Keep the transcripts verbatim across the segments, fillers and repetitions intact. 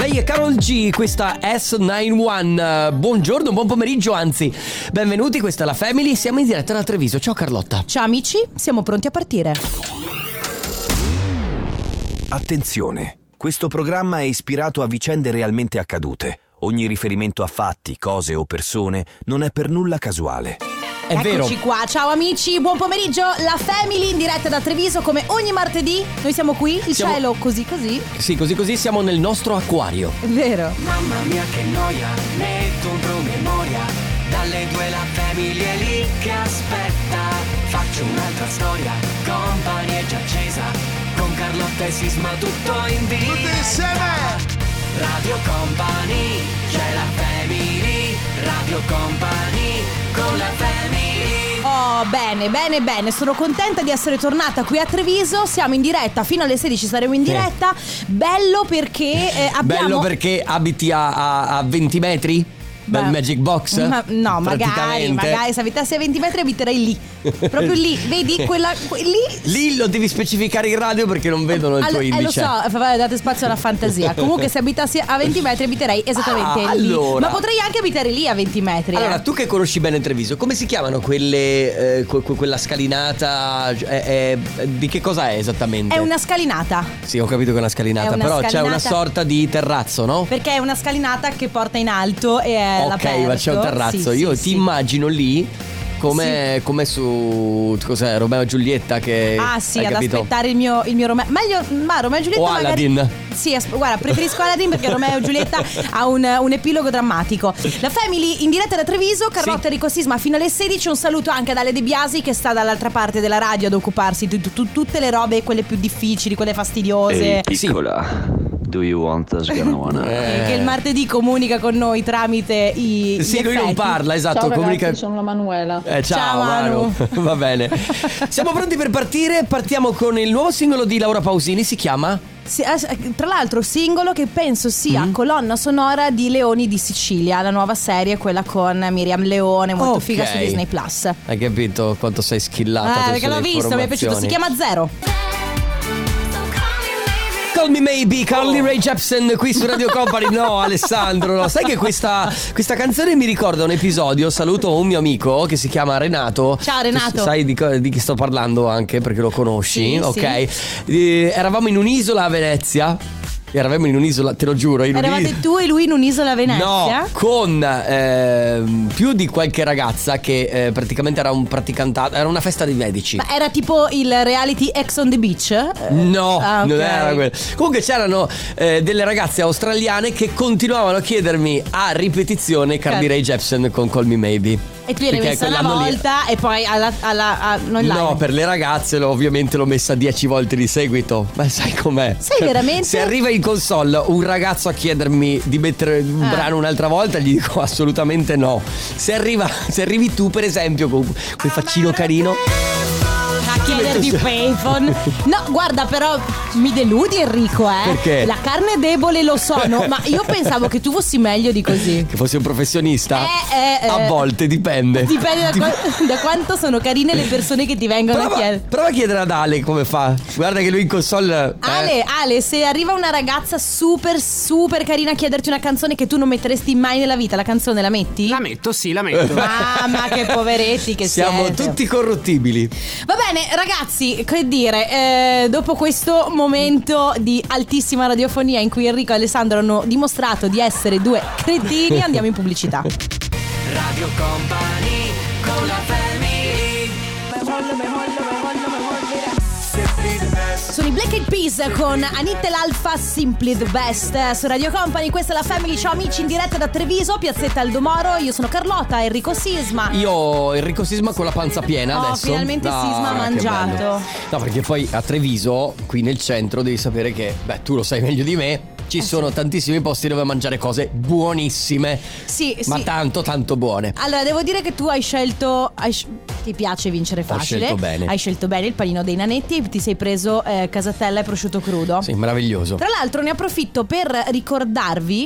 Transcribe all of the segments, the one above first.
Lei è Karol G, questa S novantuno. Buongiorno, buon pomeriggio, anzi benvenuti, questa è la Family. Siamo in diretta da Treviso. Ciao Carlotta. Ciao amici, siamo pronti a partire. Attenzione, questo programma è ispirato a vicende realmente accadute. Ogni riferimento a fatti, cose o persone non è per nulla casuale. È Eccoci vero. qua, ciao amici, buon pomeriggio. La Family in diretta da Treviso come ogni martedì. Noi siamo qui, il Siamo- cielo così così. Sì, così così siamo nel nostro acquario. È vero. Mamma mia che noia, metto un promemoria. Dalle due la Family è lì che aspetta. Faccio un'altra storia, compagnia è già accesa. Con Carlotta e Sisma tutto in diretta. Radio Company, c'è la Family. Radio Company, con la Family. Oh, bene, bene, bene. Sono contenta di essere tornata qui a Treviso. Siamo in diretta, fino alle sedici saremo in diretta. Bello perché eh, abbiamo... Bello perché abiti a, a, a venti metri dal Beh, Magic Box. Ma, no, magari, praticamente. magari se abitassi a venti metri abiterei lì. Proprio lì, vedi quella que- lì. Lì lo devi specificare in radio perché non vedono il tuo Allora, eh, lo indice. so, fa- date spazio alla fantasia. Comunque se abitassi a venti metri abiterei esattamente Ah, lì. allora. Ma potrei anche abitare lì a venti metri. Allora, eh. tu che conosci bene Treviso, come si chiamano quelle eh, que- que- quella scalinata? eh, eh, di che cosa è esattamente? È una scalinata. Sì, ho capito che è una scalinata, È una però c'è una scalinata- sorta di terrazzo, no? Perché è una scalinata che porta in alto e è Ok, all'aperto. ma c'è un terrazzo. Sì, Io sì, ti sì. immagino lì come, come su cos'è, Romeo e Giulietta che Ah sì, hai ad capito? aspettare il mio, il mio Romeo. Meglio, ma Romeo e Giulietta O magari... Aladdin. Sì, as- guarda, preferisco Aladdin perché Romeo e Giulietta ha un, un epilogo drammatico. La Family in diretta da Treviso, Carlotta Sì. e Enrico Sisma fino alle sedici. Un saluto anche ad Ale De Biasi che sta dall'altra parte della radio ad occuparsi di tu- tu- tutte le robe, quelle più difficili, quelle fastidiose. Ehi piccola, do you want us gonna wanna? Eh, Che il martedì comunica con noi tramite i Sì, gli lui non effetti. parla, esatto, Ciao comunica. ragazzi, sono la Manuela. Eh, ciao, Ciao, Manu. Manu. Va bene. Siamo pronti per partire. Partiamo con il nuovo singolo di Laura Pausini. Si chiama Sì, eh, tra l'altro singolo che penso sia Mm. colonna sonora di Leoni di Sicilia, la nuova serie, quella con Miriam Leone, molto Ok. figa su Disney Plus. Hai capito quanto sei skillata? Ah, tu perché sulle l'ho visto, mi è piaciuto, si informazioni. chiama Zero. Call Me Maybe, Carly Oh. Rae Jepsen qui su Radio Company. No, Alessandro, no. Sai che questa, questa canzone mi ricorda un episodio. Saluto un mio amico che si chiama Renato. Ciao, Renato. Tu sai di, co- di chi sto parlando anche perché lo conosci, Sì, ok? Eh, eravamo in un'isola a Venezia. Eravamo in un'isola, te lo giuro, in un'isola. Eravate tu e lui in un'isola a Venezia? No, con ehm, più di qualche ragazza che eh, praticamente era un praticantato. Era una festa dei medici. Ma era tipo il reality Ex on the Beach? Eh, No, ah, ok. non era quello. Comunque c'erano eh, delle ragazze australiane che continuavano a chiedermi a ripetizione Carly Car- Rae Jepsen con Call Me Maybe. E tu eri Perché messa una quell'anno lì- volta e poi alla, alla, a- non live. No, per le ragazze l'ho- ovviamente l'ho messa dieci volte di seguito. Ma sai com'è? Sai veramente? Se arriva in console un ragazzo a chiedermi di mettere un Ah. brano un'altra volta, gli dico assolutamente no. Se arriva, se arrivi tu per esempio con quel faccino carino, A chiederti payphone. No, guarda, però mi deludi Enrico, eh. Perché? La carne è debole, lo sono, ma io pensavo che tu fossi meglio di così. che fossi un professionista, Eh, eh, eh. a volte dipende. Dipende da, Dip- qua- da quanto sono carine le persone che ti vengono a Prova, chiedere. prova a chiedere ad Ale come fa. Guarda che lui in console eh, Ale, Ale, se arriva una ragazza super, super carina a chiederti una canzone che tu non metteresti mai nella vita, la canzone la metti? La metto, sì, la metto. Mamma, che poveretti che siamo siete. tutti corruttibili. Va bene, ragazzi, che dire, eh, dopo questo momento di altissima radiofonia in cui Enrico e Alessandro hanno dimostrato di essere due cretini, andiamo in pubblicità. Radio Company, con la Family. Sono i Black Eyed Peas con Anita l'Alfa, Simply the Best su Radio Company. Questa è la Family, ciao amici, in diretta da Treviso, Piazzetta Aldomoro. Io sono Carlotta, Enrico Sisma. Io Enrico Sisma con la panza piena Oh, adesso. finalmente Sisma ha che mangiato. bello. No, perché poi a Treviso, qui nel centro, devi sapere che, beh, tu lo sai meglio di me, ci sono tantissimi posti dove mangiare cose buonissime. Sì, Ma sì. tanto tanto buone. Allora, devo dire che tu hai scelto hai sc- ti piace vincere facile. scelto bene. Hai scelto bene il panino dei nanetti. Ti sei preso eh, casatella e prosciutto crudo. Sì, meraviglioso. Tra l'altro ne approfitto per ricordarvi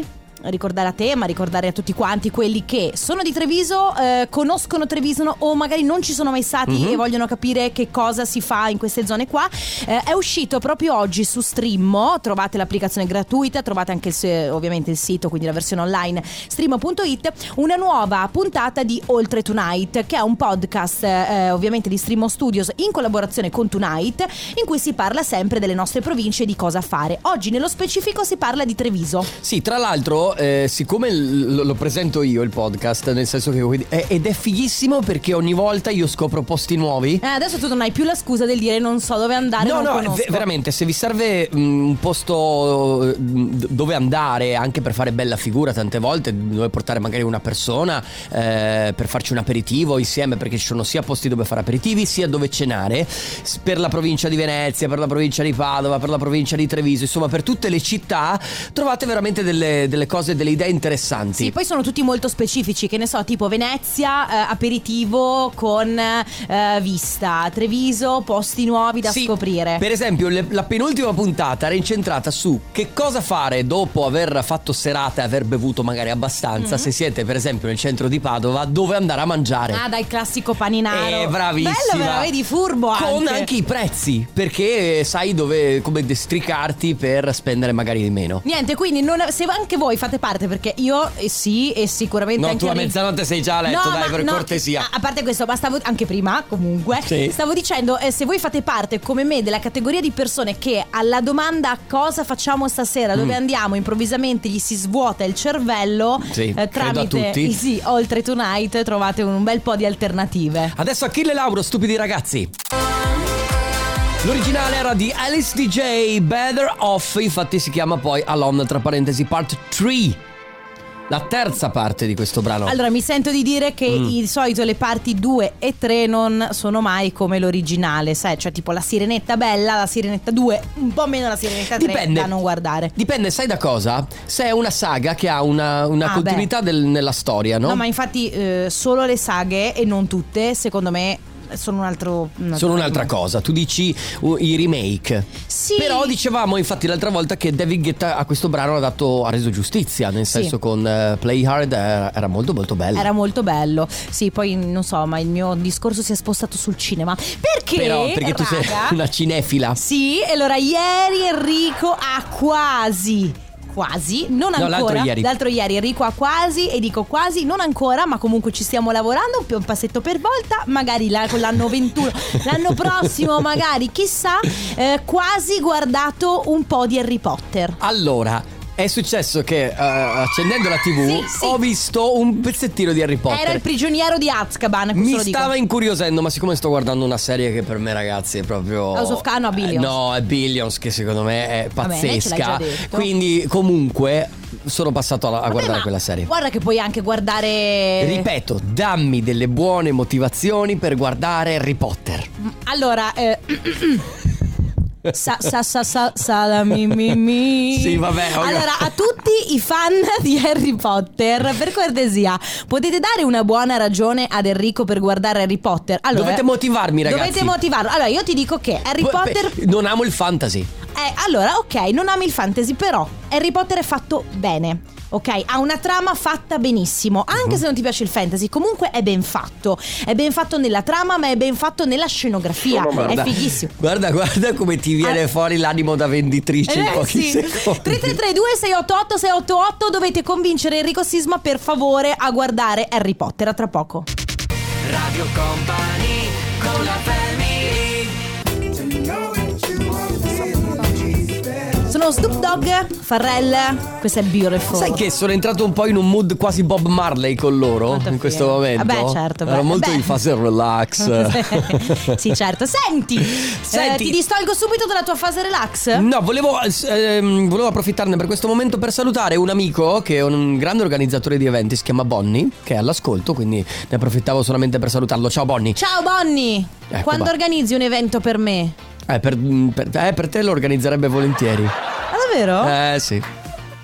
ricordare a te, ma ricordare a tutti quanti quelli che sono di Treviso, eh, conoscono Treviso o magari non ci sono mai stati mm-hmm. e vogliono capire che cosa si fa in queste zone qua. Eh, è uscito proprio oggi su Streammo, trovate l'applicazione gratuita, trovate anche il, ovviamente il sito, quindi la versione online streammo punto it, una nuova puntata di Oltre Tonight, che è un podcast eh, ovviamente di Streammo Studios in collaborazione con Tonight, in cui si parla sempre delle nostre province e di cosa fare. Oggi nello specifico si parla di Treviso. Sì, tra l'altro eh, siccome l- lo presento io il podcast, nel senso che è, ed è fighissimo perché ogni volta io scopro posti nuovi. Eh, adesso tu non hai più la scusa del dire non so dove andare, no, non no, conosco. v- veramente, se vi serve mh, un posto mh, dove andare anche per fare bella figura, tante volte dove portare magari una persona eh, per farci un aperitivo insieme, perché ci sono sia posti dove fare aperitivi sia dove cenare, per la provincia di Venezia, per la provincia di Padova, per la provincia di Treviso, insomma per tutte le città trovate veramente delle, delle cose, delle idee interessanti. Sì, poi sono tutti molto specifici, che ne so, tipo Venezia, eh, aperitivo con eh, vista, Treviso, posti nuovi da sì, scoprire. Per esempio le, la penultima puntata era incentrata su che cosa fare dopo aver fatto serata e aver bevuto magari abbastanza, mm-hmm. se siete per esempio nel centro di Padova, dove andare a mangiare. Ah, dai, classico paninaro. Eh, bravissima. Bello, me la vedi furbo anche. Con anche i prezzi, perché sai dove, come destricarti per spendere magari di meno. Niente, quindi non, se anche voi fate parte, perché io eh, sì, e sicuramente no, anche tu a lì... mezzanotte sei già a letto, no, dai, ma, per no, cortesia. A, a parte questo, ma stavo anche prima, comunque sì. Stavo dicendo, eh, se voi fate parte come me della categoria di persone che alla domanda cosa facciamo stasera, dove mm. andiamo, improvvisamente gli si svuota il cervello, sì, eh, tramite a tutti. Sì, Oltre Tonight trovate un bel po' di alternative. Adesso Achille Lauro, Stupidi ragazzi. L'originale era di Alice D J, Better Off, infatti si chiama poi Alone, tra parentesi, part tre. La terza parte di questo brano. Allora, mi sento di dire che mm. di solito le parti due e tre non sono mai come l'originale, sai? Cioè tipo la Sirenetta bella, la Sirenetta due, un po' meno la Sirenetta tre. Dipende, da non guardare. Dipende, sai da cosa? Se è una saga che ha una, una ah, continuità del, nella storia, no? No, ma infatti eh, solo le saghe, e non tutte, secondo me sono un altro, un altro sono un'altra cosa. Tu dici uh, i remake. Sì. Però dicevamo infatti l'altra volta che David Guetta a questo brano ha dato ha reso giustizia, nel senso sì. con uh, Play Hard era, era molto molto bello. Era molto bello. Sì, poi non so, ma il mio discorso si è spostato sul cinema. Perché? Però perché raga, tu sei una cinefila. Sì, e allora ieri Enrico ha quasi Quasi, non no, ancora. l'altro ieri. L'altro ieri Enrico ha quasi, e dico quasi, non ancora, ma comunque ci stiamo lavorando, un passetto per volta, magari la, con l'anno ventuno, l'anno prossimo magari, chissà, eh, quasi guardato un po' di Harry Potter. Allora, è successo che uh, accendendo la tivù sì, sì. ho visto un pezzettino di Harry Potter. Era il prigioniero di Azkaban. Mi lo stava dico. incuriosendo, ma siccome sto guardando una serie che per me, ragazzi, è proprio House of Cards, no, Billions. eh, No, è Billions, che secondo me è pazzesca. Vabbè, ce l'hai già detto. Quindi comunque sono passato a, a Vabbè, guardare ma quella serie. Guarda che puoi anche guardare. Ripeto, dammi delle buone motivazioni per guardare Harry Potter. Allora eh... Sa sa sa sa salami mi mi. Sì, vabbè. Okay. Allora, a tutti i fan di Harry Potter, per cortesia, potete dare una buona ragione ad Enrico per guardare Harry Potter? Allora, dovete motivarmi, ragazzi. Dovete motivarlo. Allora, io ti dico che Harry Beh, Potter non amo il fantasy. Eh, allora, ok, non ami il fantasy, però Harry Potter è fatto bene. Ok, ha una trama fatta benissimo. Anche uh-huh. se non ti piace il fantasy, comunque è ben fatto. È ben fatto nella trama, ma è ben fatto nella scenografia. Oh, è fighissimo. Guarda, guarda come ti viene ah. fuori l'animo da venditrice eh, in pochi sì. secondi. tre tre tre due sei otto otto sei otto otto. Dovete convincere Enrico Sisma per favore a guardare Harry Potter. A tra poco. Radio Company con la family. Sono Snoop Dogg, Pharrell, questo è Beautiful. Sai che sono entrato un po' in un mood quasi Bob Marley con loro Quanto in questo fiero. momento? Vabbè, certo. Ero beh, molto beh. in fase relax. Sì, certo. Senti, Senti. Eh, ti distolgo subito dalla tua fase relax? No, volevo, ehm, volevo approfittarne per questo momento per salutare un amico che è un grande organizzatore di eventi, si chiama Bonnie, che è all'ascolto, quindi ne approfittavo solamente per salutarlo. Ciao Bonnie. Ciao Bonnie. Ecco, Quando va. organizzi un evento per me? Eh per, per, eh, per te lo organizzerebbe volentieri. Ah, davvero? Eh sì.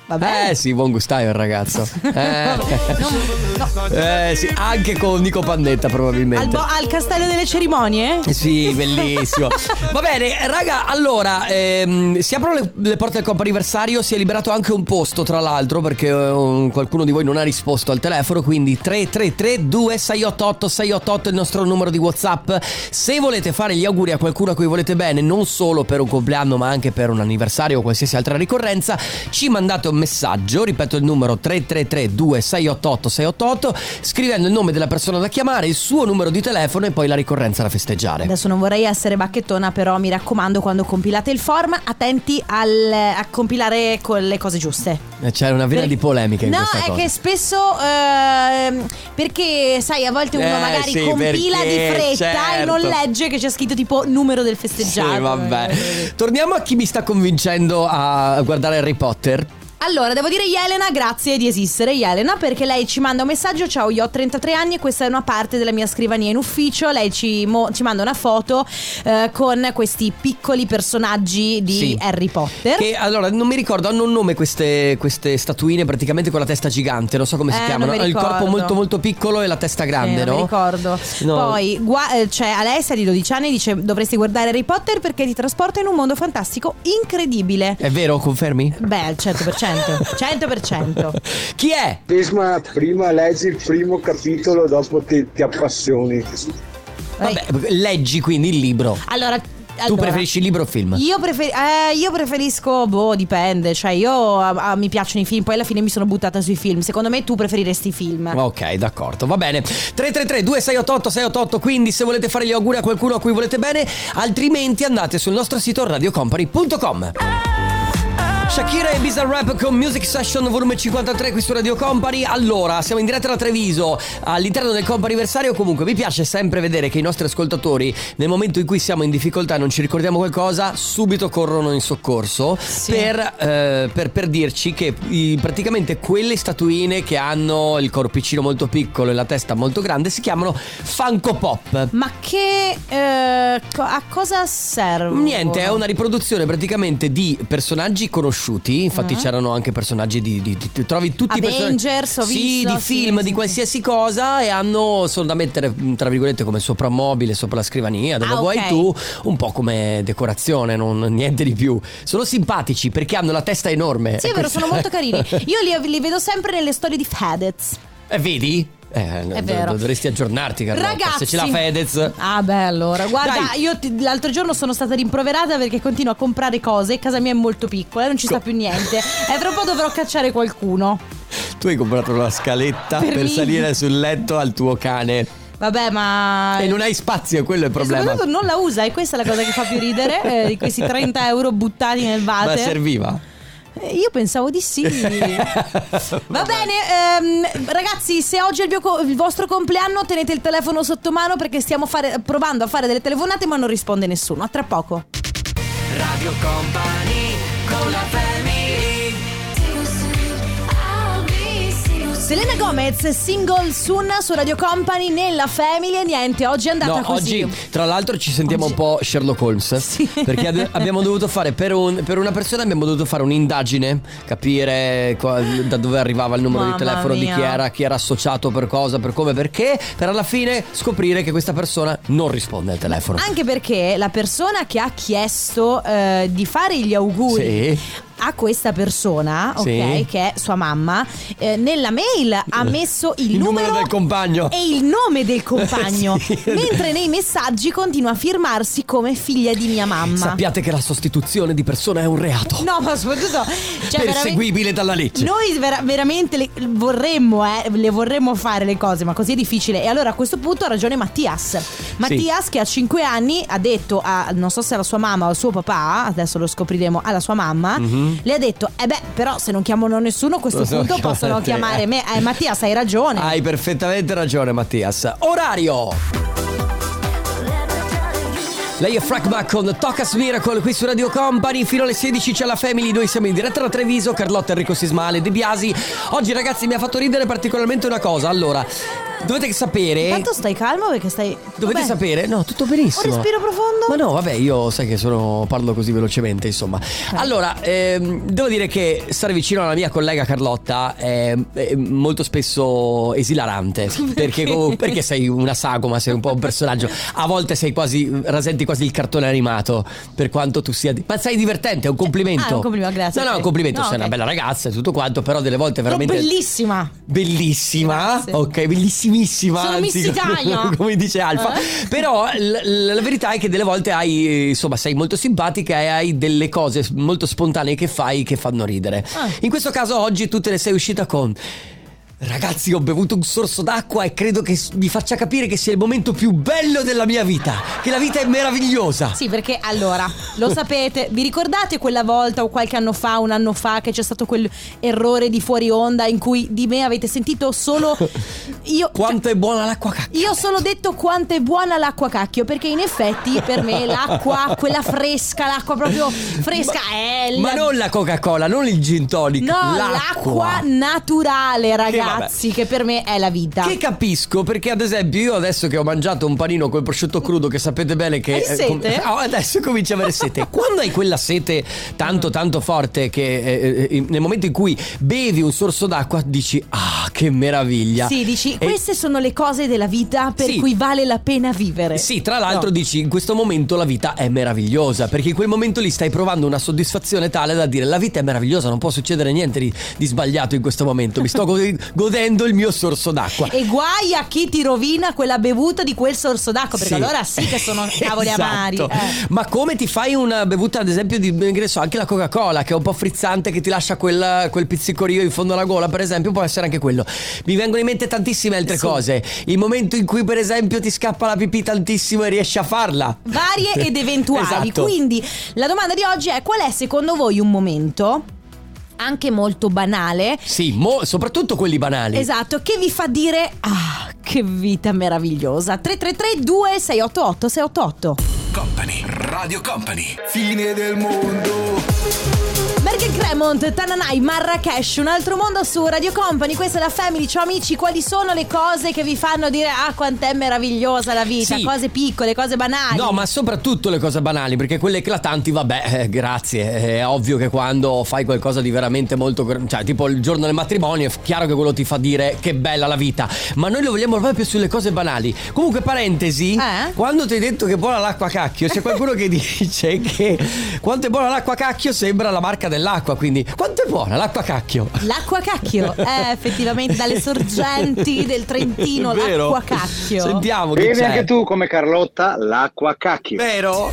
Vabbè. Eh sì, buon gustaio il ragazzo. Eh, No, no. eh sì, anche con Nico Pannetta probabilmente. Al, bo- al castello delle cerimonie? Sì, bellissimo. Va bene, raga, allora ehm, si aprono le, le porte del comp'anniversario. Si è liberato anche un posto, tra l'altro, perché um, qualcuno di voi non ha risposto al telefono. Quindi tre tre tre due sei otto otto sei otto otto è il nostro numero di WhatsApp. Se volete fare gli auguri a qualcuno a cui volete bene, non solo per un compleanno ma anche per un anniversario o qualsiasi altra ricorrenza, ci mandate un messaggio. Ripeto il numero tre tre tre due sei otto otto sei otto otto, scrivendo il nome della persona da chiamare, il suo numero di telefono e poi la ricorrenza da festeggiare. Adesso non vorrei essere bacchettona, però mi raccomando, quando compilate il form, attenti al, a compilare con le cose giuste. C'è una vena Per- di polemica in no, questa è cosa. che spesso ehm, perché sai, a volte uno Eh, magari sì, compila perché, di fretta e non certo. legge che c'è scritto tipo numero del festeggiato. Sì, vabbè. Torniamo a chi mi sta convincendo a guardare Harry Potter. Allora, devo dire Jelena, grazie di esistere Jelena, perché lei ci manda un messaggio: ciao, io ho trentatré anni e questa è una parte della mia scrivania in ufficio. Lei ci, mo- ci manda una foto eh, con questi piccoli personaggi di Sì. Harry Potter. Che allora non mi ricordo, hanno un nome queste, queste statuine praticamente con la testa gigante, non so come si Eh, chiamano. non mi Il corpo ricordo. molto molto piccolo e la testa grande, Eh, non no? mi ricordo. No. Poi gua- eh, c'è Alessia di dodici anni, dice: dovresti guardare Harry Potter perché ti trasporta in un mondo fantastico incredibile. È vero, confermi? Beh, al cento per cento. cento per cento. Chi è? Isma, prima leggi il primo capitolo, dopo ti, ti appassioni. Vabbè, leggi quindi il libro. Allora, Tu allora, preferisci il libro o il film? Io, prefer- eh, io preferisco, boh, dipende. Cioè, io a- a- mi piacciono i film, poi alla fine mi sono buttata sui film. Secondo me tu preferiresti i film. Ok, d'accordo, va bene. tre tre tre due sei otto otto sei otto otto, quindi se volete fare gli auguri a qualcuno a cui volete bene, altrimenti andate sul nostro sito radio company punto com. Shakira e Bizarre Rap con Music Session volume cinquantatré qui su Radio Company. Allora, siamo in diretta da Treviso all'interno del comp'anniversario. Comunque mi piace sempre vedere che i nostri ascoltatori, nel momento in cui siamo in difficoltà e non ci ricordiamo qualcosa, subito corrono in soccorso. Sì. per, eh, per, per dirci che i- praticamente quelle statuine che hanno il corpicino molto piccolo e la testa molto grande si chiamano Funko Pop. Ma che eh, co- a cosa serve? Niente, è una riproduzione praticamente di personaggi conosciuti. Infatti c'erano anche personaggi di, di, di- trovi tutti i Avengers, personaggi ho sì, visto, di sì, film, sì, di sì. qualsiasi cosa. E hanno sono da mettere tra virgolette come soprammobile sopra la scrivania, dove Ah, vuoi ok. tu, un po' come decorazione, non niente di più. Sono simpatici perché hanno la testa enorme. Sì, è vero, sono molto carini. Io li, li vedo sempre nelle storie di Fedez. Eh, vedi? Eh, È vero. Dovresti aggiornarti, Carlotta. Ragazzi, Se ce l'ha Fedez. Ah, beh, allora, guarda, Dai. io ti- l'altro giorno sono stata rimproverata perché continuo a comprare cose e casa mia è molto piccola, non ci sta più niente. E tra un po' dovrò cacciare qualcuno. Tu hai comprato una scaletta Per per, me. salire sul letto al tuo cane. Vabbè, ma E non hai spazio, quello è il E problema. soprattutto non la usa, e questa è la cosa che fa più ridere, eh, di questi trenta euro buttati nel Ma water. serviva? Eh, Io pensavo di sì. Va bene, ehm, ragazzi, se oggi è il, mio co- il vostro compleanno, tenete il telefono sotto mano perché stiamo fare- provando a fare delle telefonate ma non risponde nessuno. A tra poco. Radio Company con la family. Selena Gomez, single soon su Radio Company nella Family. E niente, oggi è andata No, così. oggi tra l'altro ci sentiamo Oggi- un po' Sherlock Holmes. Sì. Perché ade- abbiamo dovuto fare per, un- per una persona abbiamo dovuto fare un'indagine, capire qua- da dove arrivava il numero Mamma di telefono, mia. di chi era, chi era associato per cosa, per come, perché, per alla fine scoprire che questa persona non risponde al telefono. Anche perché la persona che ha chiesto eh, di fare gli auguri Sì. a questa persona, ok, Sì. che è sua mamma, eh, nella mail ha messo il, Il numero del compagno. e il nome del compagno, Sì. mentre nei messaggi continua a firmarsi come figlia di mia mamma. Sappiate che la sostituzione di persona è un reato. No, ma soprattutto, cioè, veramente- perseguibile dalla legge. noi vera- veramente le, vorremmo eh, le vorremmo fare le cose, ma così è difficile. E allora a questo punto ha ragione Mattias. Mattias che a cinque anni ha detto a, non so se alla sua mamma o al suo papà, adesso lo scopriremo, alla sua mamma, le ha detto: eh beh, però se non chiamano nessuno a questo Possono punto chiamare possono te. chiamare me. Eh, Mattias, hai ragione. Hai perfettamente ragione, Mattias. Orario. Lei è Frackback con Tocas Miracle qui su Radio Company. Fino alle sedici c'è la Family. Noi siamo in diretta da Treviso. Carlotta, Enrico Sismale, De Biasi. Oggi ragazzi mi ha fatto ridere particolarmente una cosa. Allora, Dovete sapere. Intanto stai calmo perché stai. Dovete Vabbè. sapere. No, tutto benissimo. Un respiro profondo. Ma no, vabbè, io sai che sono parlo così velocemente, insomma. Allora, ehm, devo dire che stare vicino alla mia collega Carlotta è, è molto spesso esilarante. Perché, comunque, perché sei una sagoma, sei un po' un personaggio. A volte sei quasi, rasenti quasi il cartone animato. Per quanto tu sia. Ma sei divertente, è un complimento. Ah, è un complimento, grazie. No, no, è un complimento. No, sei okay. una bella ragazza e tutto quanto, però delle volte veramente. No, bellissima. Bellissima. Grazie. Ok, bellissimissima. Sono anzi, Miss Italia. come dice Alfa. Eh? Però l- la verità è che delle volte hai, insomma, sei molto simpatica e hai delle cose molto spontanee che fai che fanno ridere. Ah. In questo caso oggi tu te ne sei uscita con: ragazzi, ho bevuto un sorso d'acqua e credo che vi faccia capire che sia il momento più bello della mia vita, che la vita è meravigliosa. Sì, perché allora, lo sapete, vi ricordate quella volta o qualche anno fa, un anno fa, che c'è stato quel errore di fuori onda in cui di me avete sentito solo io Quanto è buona l'acqua cacchio. Io ho solo detto quanto è buona l'acqua cacchio, perché in effetti per me l'acqua, quella fresca, l'acqua proprio fresca è Ma la... non la Coca-Cola, non il gin tonic. No, l'acqua, l'acqua naturale, ragazzi, vabbè. che per me è la vita. Che capisco, perché ad esempio io adesso che ho mangiato un panino col prosciutto crudo, che sapete bene che Hai eh, sete? com- oh, adesso comincio a avere sete. Quando hai quella sete tanto tanto forte che eh, eh, nel momento in cui bevi un sorso d'acqua dici: ah, che meraviglia. Sì, dici, E- queste sono le cose della vita per Sì. cui vale la pena vivere. Sì, tra l'altro No. dici: in questo momento la vita è meravigliosa, perché in quel momento lì stai provando una soddisfazione tale da dire: la vita è meravigliosa, non può succedere niente di, di sbagliato in questo momento, mi sto go- godendo il mio sorso d'acqua. E guai a chi ti rovina quella bevuta di quel sorso d'acqua, perché Sì. allora sì che sono cavoli Esatto. amari. Eh. Ma come ti fai una bevuta, ad esempio, di, che ne so, anche la Coca-Cola, che è un po' frizzante, che ti lascia quel, quel pizzicorio in fondo alla gola, per esempio, può essere anche quello. Mi vengono in mente tantissime altre Sì. cose. Il momento in cui, per esempio, ti scappa la pipì tantissimo e riesci a farla. Varie ed eventuali. Esatto. Quindi la domanda di oggi è: qual è secondo voi un momento, anche molto banale, Sì, mo- soprattutto quelli banali. esatto, che vi fa dire ah, che vita meravigliosa? Tre tre tre due sei otto otto sei otto otto. Company, Radio Company. Fine del mondo. Mergen Cremont, Tananai, Marrakesh, un altro mondo su Radio Company. Questa è la Family. Ciao amici, quali sono le cose che vi fanno dire ah, quant'è meravigliosa la vita? Sì. Cose piccole, cose banali. No, ma soprattutto le cose banali, perché quelle eclatanti, vabbè, eh, grazie. È ovvio che quando fai qualcosa di veramente molto, cioè tipo il giorno del matrimonio, è chiaro che quello ti fa dire che bella la vita. Ma noi lo vogliamo proprio sulle cose banali. Comunque, parentesi, Eh? quando ti hai detto che è buona l'acqua cacchio, c'è qualcuno che dice che quanto è buona l'acqua cacchio sembra la marca dell'acqua. Quindi, quanto è buona l'acqua cacchio? L'acqua cacchio è effettivamente dalle sorgenti del Trentino. Vero? L'acqua cacchio. Sentiamo che Bevi c'è. anche tu come Carlotta l'acqua cacchio. Vero?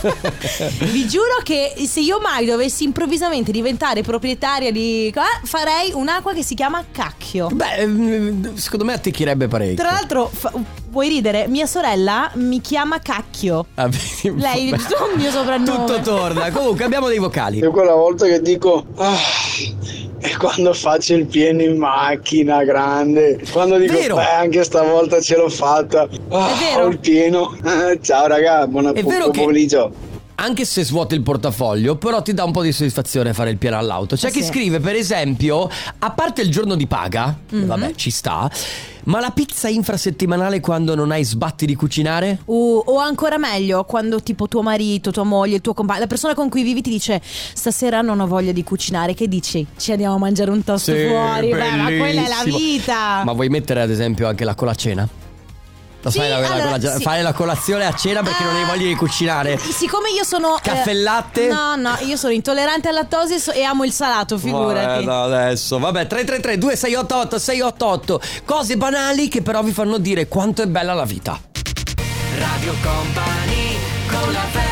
Vi giuro che se io mai dovessi improvvisamente diventare proprietaria di eh, farei un'acqua che si chiama cacchio. Beh, mm, secondo me attecchirebbe parecchio. Tra l'altro, fa- vuoi ridere? Mia sorella mi chiama cacchio. Ah, vedi, Lei, vabbè. il mio soprannome. Tutto torna. Comunque abbiamo dei vocali. Io quella volta che dico ah, è quando faccio il pieno in macchina grande, quando dico Vero. beh anche stavolta ce l'ho fatta, ah, È vero. ho il pieno. Ciao raga, buona È buon vero che- pomeriggio. Anche se svuoti il portafoglio, però ti dà un po' di soddisfazione fare il pieno all'auto. C'è Eh chi sì. scrive, per esempio, a parte il giorno di paga, Mhm. vabbè, ci sta, ma la pizza infrasettimanale quando non hai sbatti di cucinare? Uh, o ancora meglio, quando tipo tuo marito, tua moglie, il tuo compagno, la persona con cui vivi ti dice stasera non ho voglia di cucinare, che dici? Ci andiamo a mangiare un toast Sì, fuori. Beh, ma quella è la bellissimo. vita. Ma vuoi mettere ad esempio anche la colacena? La Sì, fai la, la allora, cola- sì. fare la colazione a cena perché non hai Eh, voglia di cucinare? Siccome io sono Caffè e latte? No, no, io sono intollerante al lattosio e so- e amo il salato, figurati. Guarda adesso, vabbè, tre tre tre due sei otto otto sei otto otto. Cose banali che però vi fanno dire quanto è bella la vita. Radio Company con la family.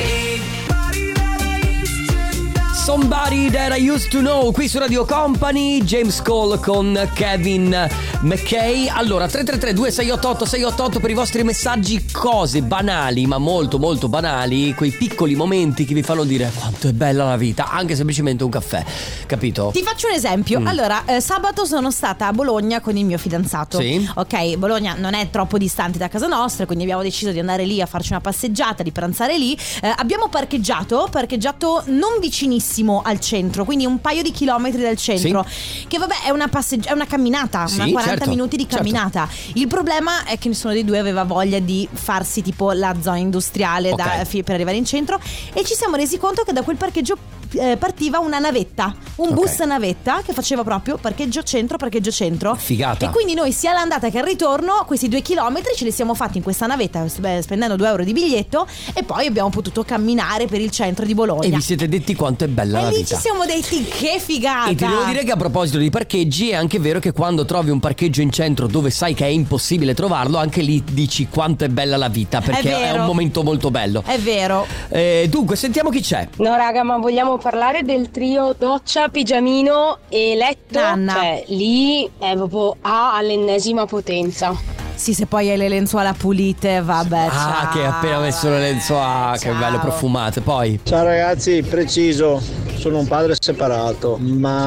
Somebody That I Used to Know, qui su Radio Company, James Cole con Kevin McKay. Allora, tre tre tre due sei otto otto sei otto otto per i vostri messaggi, cose banali, ma molto molto banali, quei piccoli momenti che vi fanno dire quanto è bella la vita, anche semplicemente un caffè, capito? Ti faccio un esempio. Mm. Allora, eh, sabato sono stata a Bologna con il mio fidanzato. Sì. Ok, Bologna non è troppo distante da casa nostra, quindi abbiamo deciso di andare lì a farci una passeggiata, di pranzare lì. Eh, abbiamo parcheggiato, parcheggiato non vicinissimo vicinissimo al centro, quindi un paio di chilometri dal centro, sì. Che vabbè è una, passeggi- è una camminata, sì, una quaranta certo, minuti di camminata, certo. Il problema è che nessuno dei due aveva voglia di farsi tipo la zona industriale, okay. da, per arrivare in centro, e ci siamo resi conto che da quel parcheggio eh, partiva una navetta, un okay. bus navetta che faceva proprio parcheggio centro, parcheggio centro. Figata. E quindi noi sia all'andata che al ritorno questi due chilometri ce li siamo fatti in questa navetta spendendo due euro di biglietto, e poi abbiamo potuto camminare per il centro di Bologna. E vi siete detti quanto è bella e la lì vita. ci siamo detti che figata. E ti devo dire che a proposito di parcheggi è anche vero che quando trovi un parcheggio in centro dove sai che è impossibile trovarlo, anche lì dici quanto è bella la vita, perché è, è un momento molto bello. È vero. Eh, dunque sentiamo chi c'è. No raga, ma vogliamo parlare del trio doccia, pigiamino e letto? Anna. Cioè lì è proprio A all'ennesima potenza. Sì, se poi hai le lenzuola pulite, vabbè. Ah, ciao. che hai appena messo le lenzuola, Ciao. che bello, profumate. Poi Ciao ragazzi, preciso, sono un padre separato,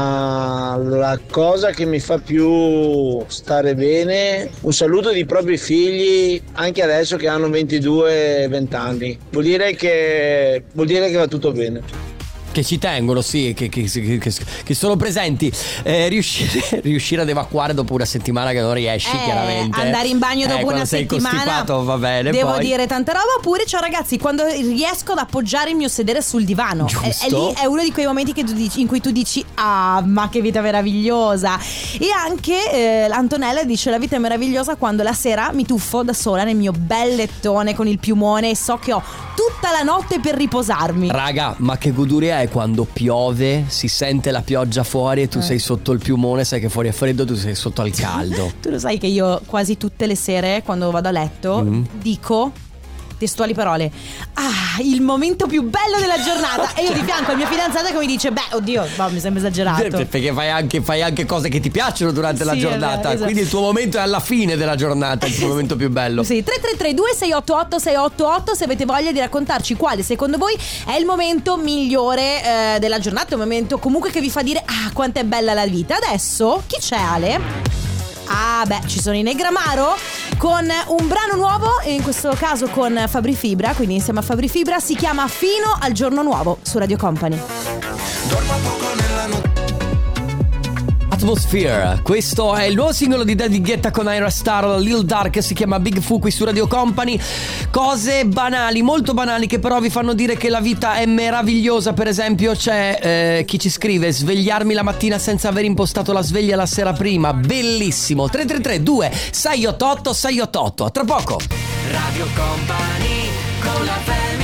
ma la cosa che mi fa più stare bene, un saluto dei propri figli, anche adesso che hanno ventidue venti anni. Vuol dire che vuol dire che va tutto bene. che ci tengono, sì, che, che, che, che, che sono presenti. eh, riuscire, riuscire ad evacuare dopo una settimana che non riesci, eh, chiaramente. Andare in bagno dopo eh, una sei settimana costipato, va bene. Devo poi. dire tanta roba. Oppure, ciao ragazzi, quando riesco ad appoggiare il mio sedere sul divano, è, è lì è uno di quei momenti che tu dici, in cui tu dici ah, ma che vita meravigliosa. E anche eh, Antonella dice la vita è meravigliosa quando la sera mi tuffo da sola nel mio bel lettone con il piumone e so che ho tutta la notte per riposarmi. Raga, ma che goduria è quando piove, si sente la pioggia fuori e tu eh. sei sotto il piumone, sai che fuori è freddo, tu sei sotto al caldo. Tu lo sai che io quasi tutte le sere quando vado a letto mm. dico testuali parole: ah, il momento più bello della giornata. E io di fianco al mio fidanzato che mi dice beh, oddio, boh, mi sembra esagerato. Perché fai anche, fai anche cose che ti piacciono durante sì, la giornata, vero, esatto. Quindi il tuo momento è alla fine della giornata, il tuo momento più bello. Sì, tre tre tre due sei otto otto sei otto otto se avete voglia di raccontarci quale secondo voi è il momento migliore eh, della giornata, un momento comunque che vi fa dire ah, quanto è bella la vita. Adesso chi c'è, Ale? Ah beh, ci sono i Negramaro con un brano nuovo, in questo caso con Fabri Fibra, quindi insieme a Fabri Fibra, si chiama Fino al giorno nuovo su Radio Company. Dormo poco nella notte. Atmosphere, questo è il nuovo singolo di David Guetta con Ira Star, Lil Dark, si chiama Big Fu qui su Radio Company. Cose banali, molto banali, che però vi fanno dire che la vita è meravigliosa. Per esempio c'è eh, chi ci scrive: svegliarmi la mattina senza aver impostato la sveglia la sera prima, bellissimo. Tre tre tre due sei otto otto sei otto otto. A tra poco. Radio Company con la family.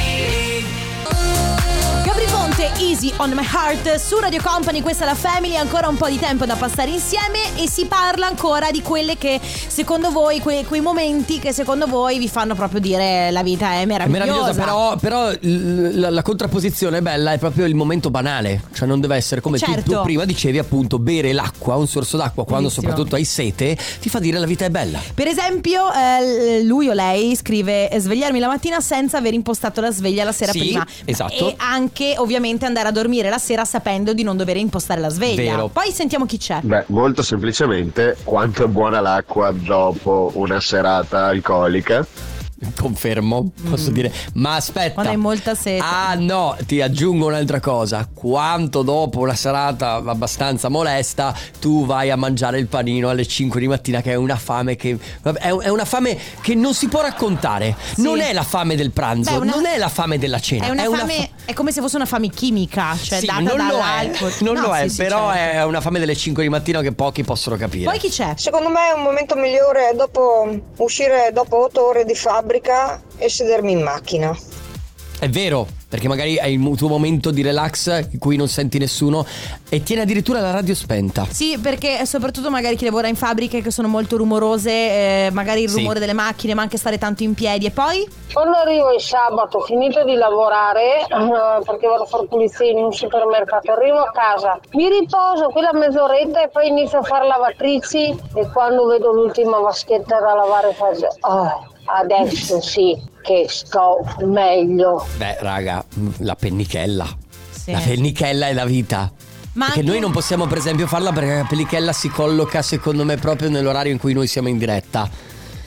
Gabri Ponte, Easy on my heart su Radio Company, questa è la Family, ancora un po' di tempo da passare insieme e si parla ancora di quelle che secondo voi, que- quei momenti che secondo voi vi fanno proprio dire la vita è meravigliosa. Meravigliosa, però, però l- la, la contrapposizione bella è proprio il momento banale, cioè non deve essere come certo. tu, tu prima dicevi, appunto, bere l'acqua, un sorso d'acqua quando Benissimo. soprattutto hai sete, ti fa dire la vita è bella. Per esempio eh, lui o lei scrive svegliarmi la mattina senza aver impostato la sveglia la sera sì, prima, esatto. e anche ovviamente andare a dormire la sera sapendo di non dover impostare la sveglia. Vero. Poi sentiamo chi c'è. Beh, molto semplicemente quanto è buona l'acqua dopo una serata alcolica. Confermo, posso Mm. dire. Ma aspetta, Quando hai molta sete. ah no, ti aggiungo un'altra cosa. Quanto dopo una serata abbastanza molesta tu vai a mangiare il panino alle cinque di mattina, che è una fame che vabbè, è è una fame che non si può raccontare. Sì. Non è la fame del pranzo. Beh, una- Non è la fame della cena. È una, una fame, fa- è come se fosse una fame chimica, cioè sì, data non lo è, dall'alcol. non No, lo è, sì, sì, però certo. è una fame delle cinque di mattina che pochi possono capire. Poi chi c'è? Secondo me è un momento migliore dopo uscire dopo otto ore di fabbrica e sedermi in macchina. È vero, perché magari hai il tuo momento di relax in cui non senti nessuno e tieni addirittura la radio spenta. Sì, perché soprattutto magari chi lavora in fabbriche che sono molto rumorose, eh, magari il Sì. rumore delle macchine, ma anche stare tanto in piedi. E poi? Quando arrivo il sabato, finito di lavorare, eh, perché vado a fare pulizia in un supermercato, arrivo a casa, mi riposo quella mezz'oretta e poi inizio a fare lavatrici e quando vedo l'ultima vaschetta da lavare faccio oh, adesso sì che sto meglio. Beh, raga, la pennichella. Sì. La pennichella è la vita. Ma Perché anche- noi non possiamo per esempio farla perché la pellichella si colloca secondo me proprio nell'orario in cui noi siamo in diretta.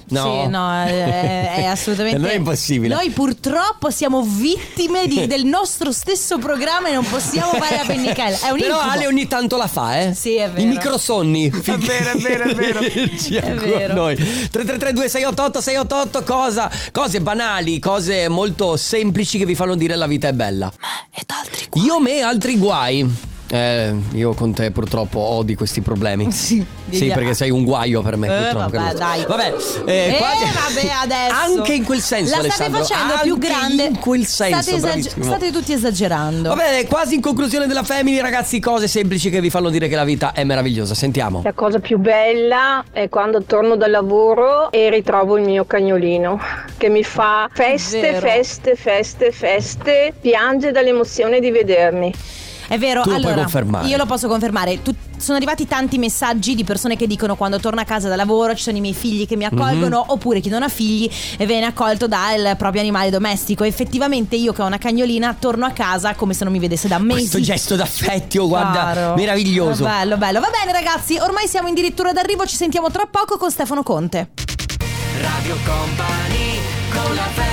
No, sì, no, è, è assolutamente. Non è impossibile. Noi purtroppo siamo vittime di, del nostro stesso programma e non possiamo fare la pennicella. È un Però incubo. Ale ogni tanto la fa, eh? Sì, è vero. I microsonni. È vero, è vero, è vero. È vero. Noi. tre tre tre due sei otto otto sei otto otto, cosa, cose banali, cose molto semplici che vi fanno dire la vita è bella. Ma ed altri guai. Io me altri guai. Eh, io con te purtroppo ho di questi problemi. Sì, sì, perché sei un guaio per me. Eh, purtroppo. vabbè, che dai. Vabbè, eh, Eh, quasi- vabbè, adesso. Anche in quel senso, la state Alessandro, facendo anche più grande. in quel senso, state, esag- bravissimo. state tutti esagerando. Vabbè, quasi in conclusione della Family, ragazzi, cose semplici che vi fanno dire che la vita è meravigliosa. Sentiamo. La cosa più bella è quando torno dal lavoro e ritrovo il mio cagnolino che mi fa feste, Vero. feste, feste, feste, piange dall'emozione di vedermi. È vero, Tu lo puoi allora confermare. io lo posso confermare. Tu- sono arrivati tanti messaggi di persone che dicono quando torno a casa da lavoro ci sono i miei figli che mi accolgono, Mhm. oppure chi non ha figli e viene accolto dal proprio animale domestico. Effettivamente io che ho una cagnolina torno a casa come se non mi vedesse da mesi. Questo gesto d'affetto, guarda, Caro. meraviglioso. Bello, bello. Va bene ragazzi, ormai siamo addirittura d'arrivo, ci sentiamo tra poco con Stefano Conte. Radio Company con la family.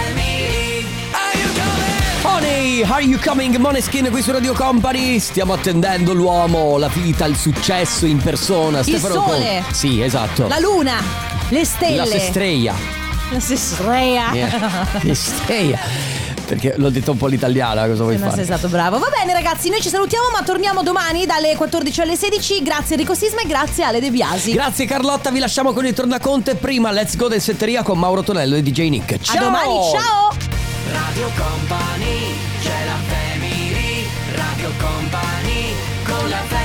Honey, are you coming? Måneskin qui su Radio Company. Stiamo attendendo l'uomo, la vita, il successo in persona. Il Stefano sole. Conte. Sì, esatto. La luna, le stelle. La sestrella. La sestrella. Yeah. Sestrella. Perché l'ho detto un po' l'italiana, cosa vuoi Non fare? sei stato bravo. Va bene ragazzi, noi ci salutiamo ma torniamo domani dalle quattordici alle sedici. Grazie Enrico Sisma e grazie Ale De Biasi. Grazie Carlotta, vi lasciamo con il tornaconte. Prima Let's Go del Setteria con Mauro Tonello e D J Nick. Ciao! A domani, ciao! Radio Company, c'è la family. Radio Company con la family.